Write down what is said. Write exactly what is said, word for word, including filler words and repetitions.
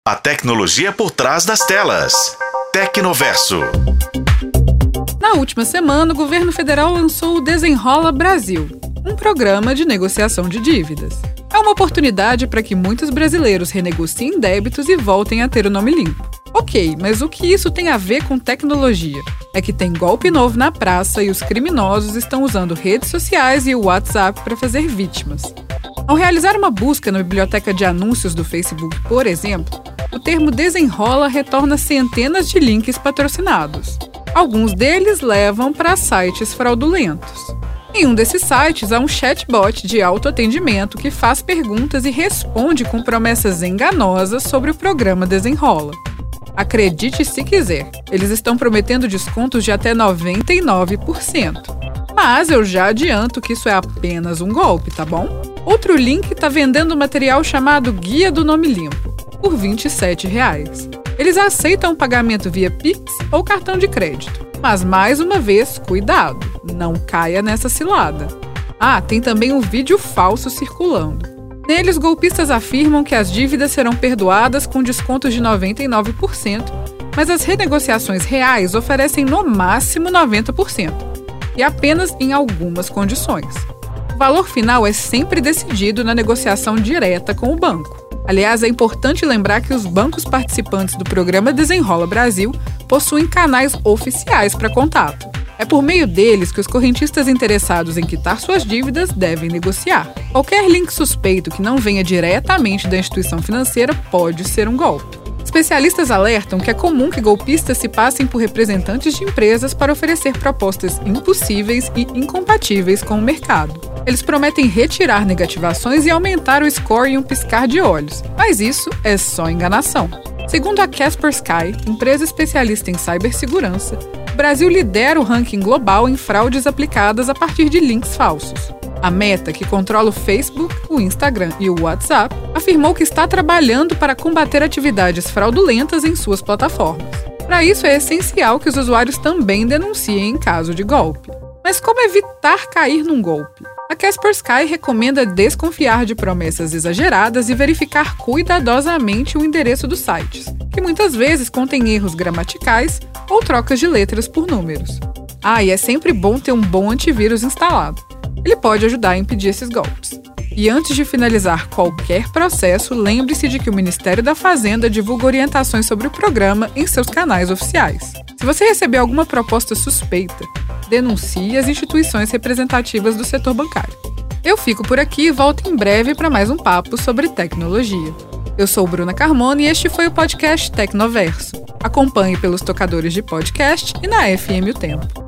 A tecnologia por trás das telas. Tecnoverso. Na última semana, o governo federal lançou o Desenrola Brasil, um programa de negociação de dívidas. É uma oportunidade para que muitos brasileiros renegociem débitos e voltem a ter o nome limpo. Ok, mas o que isso tem a ver com tecnologia? É que tem golpe novo na praça e os criminosos estão usando redes sociais e o WhatsApp para fazer vítimas. Ao realizar uma busca na biblioteca de anúncios do Facebook, por exemplo, o termo desenrola retorna centenas de links patrocinados. Alguns deles levam para sites fraudulentos. Em um desses sites há um chatbot de autoatendimento que faz perguntas e responde com promessas enganosas sobre o programa Desenrola. Acredite se quiser, eles estão prometendo descontos de até noventa e nove por cento. Mas eu já adianto que isso é apenas um golpe, tá bom? Outro link está vendendo um material chamado Guia do Nome Limpo, por vinte e sete reais. Eles aceitam pagamento via Pix ou cartão de crédito. Mas, mais uma vez, cuidado, não caia nessa cilada. Ah, tem também um vídeo falso circulando. Nele, os golpistas afirmam que as dívidas serão perdoadas com descontos de noventa e nove por cento, mas as renegociações reais oferecem no máximo noventa por cento, e apenas em algumas condições. O valor final é sempre decidido na negociação direta com o banco. Aliás, é importante lembrar que os bancos participantes do programa Desenrola Brasil possuem canais oficiais para contato. É por meio deles que os correntistas interessados em quitar suas dívidas devem negociar. Qualquer link suspeito que não venha diretamente da instituição financeira pode ser um golpe. Especialistas alertam que é comum que golpistas se passem por representantes de empresas para oferecer propostas impossíveis e incompatíveis com o mercado. Eles prometem retirar negativações e aumentar o score em um piscar de olhos, mas isso é só enganação. Segundo a Kaspersky, empresa especialista em cibersegurança, o Brasil lidera o ranking global em fraudes aplicadas a partir de links falsos. A Meta, que controla o Facebook, o Instagram e o WhatsApp, afirmou que está trabalhando para combater atividades fraudulentas em suas plataformas. Para isso, é essencial que os usuários também denunciem em caso de golpe. Mas como evitar cair num golpe? A Kaspersky recomenda desconfiar de promessas exageradas e verificar cuidadosamente o endereço dos sites, que muitas vezes contêm erros gramaticais ou trocas de letras por números. Ah, e é sempre bom ter um bom antivírus instalado. Ele pode ajudar a impedir esses golpes. E antes de finalizar qualquer processo, lembre-se de que o Ministério da Fazenda divulga orientações sobre o programa em seus canais oficiais. Se você receber alguma proposta suspeita, denuncie as instituições representativas do setor bancário. Eu fico por aqui e volto em breve para mais um papo sobre tecnologia. Eu sou Bruna Carmona e este foi o podcast Tecnoverso. Acompanhe pelos tocadores de podcast e na F M O Tempo.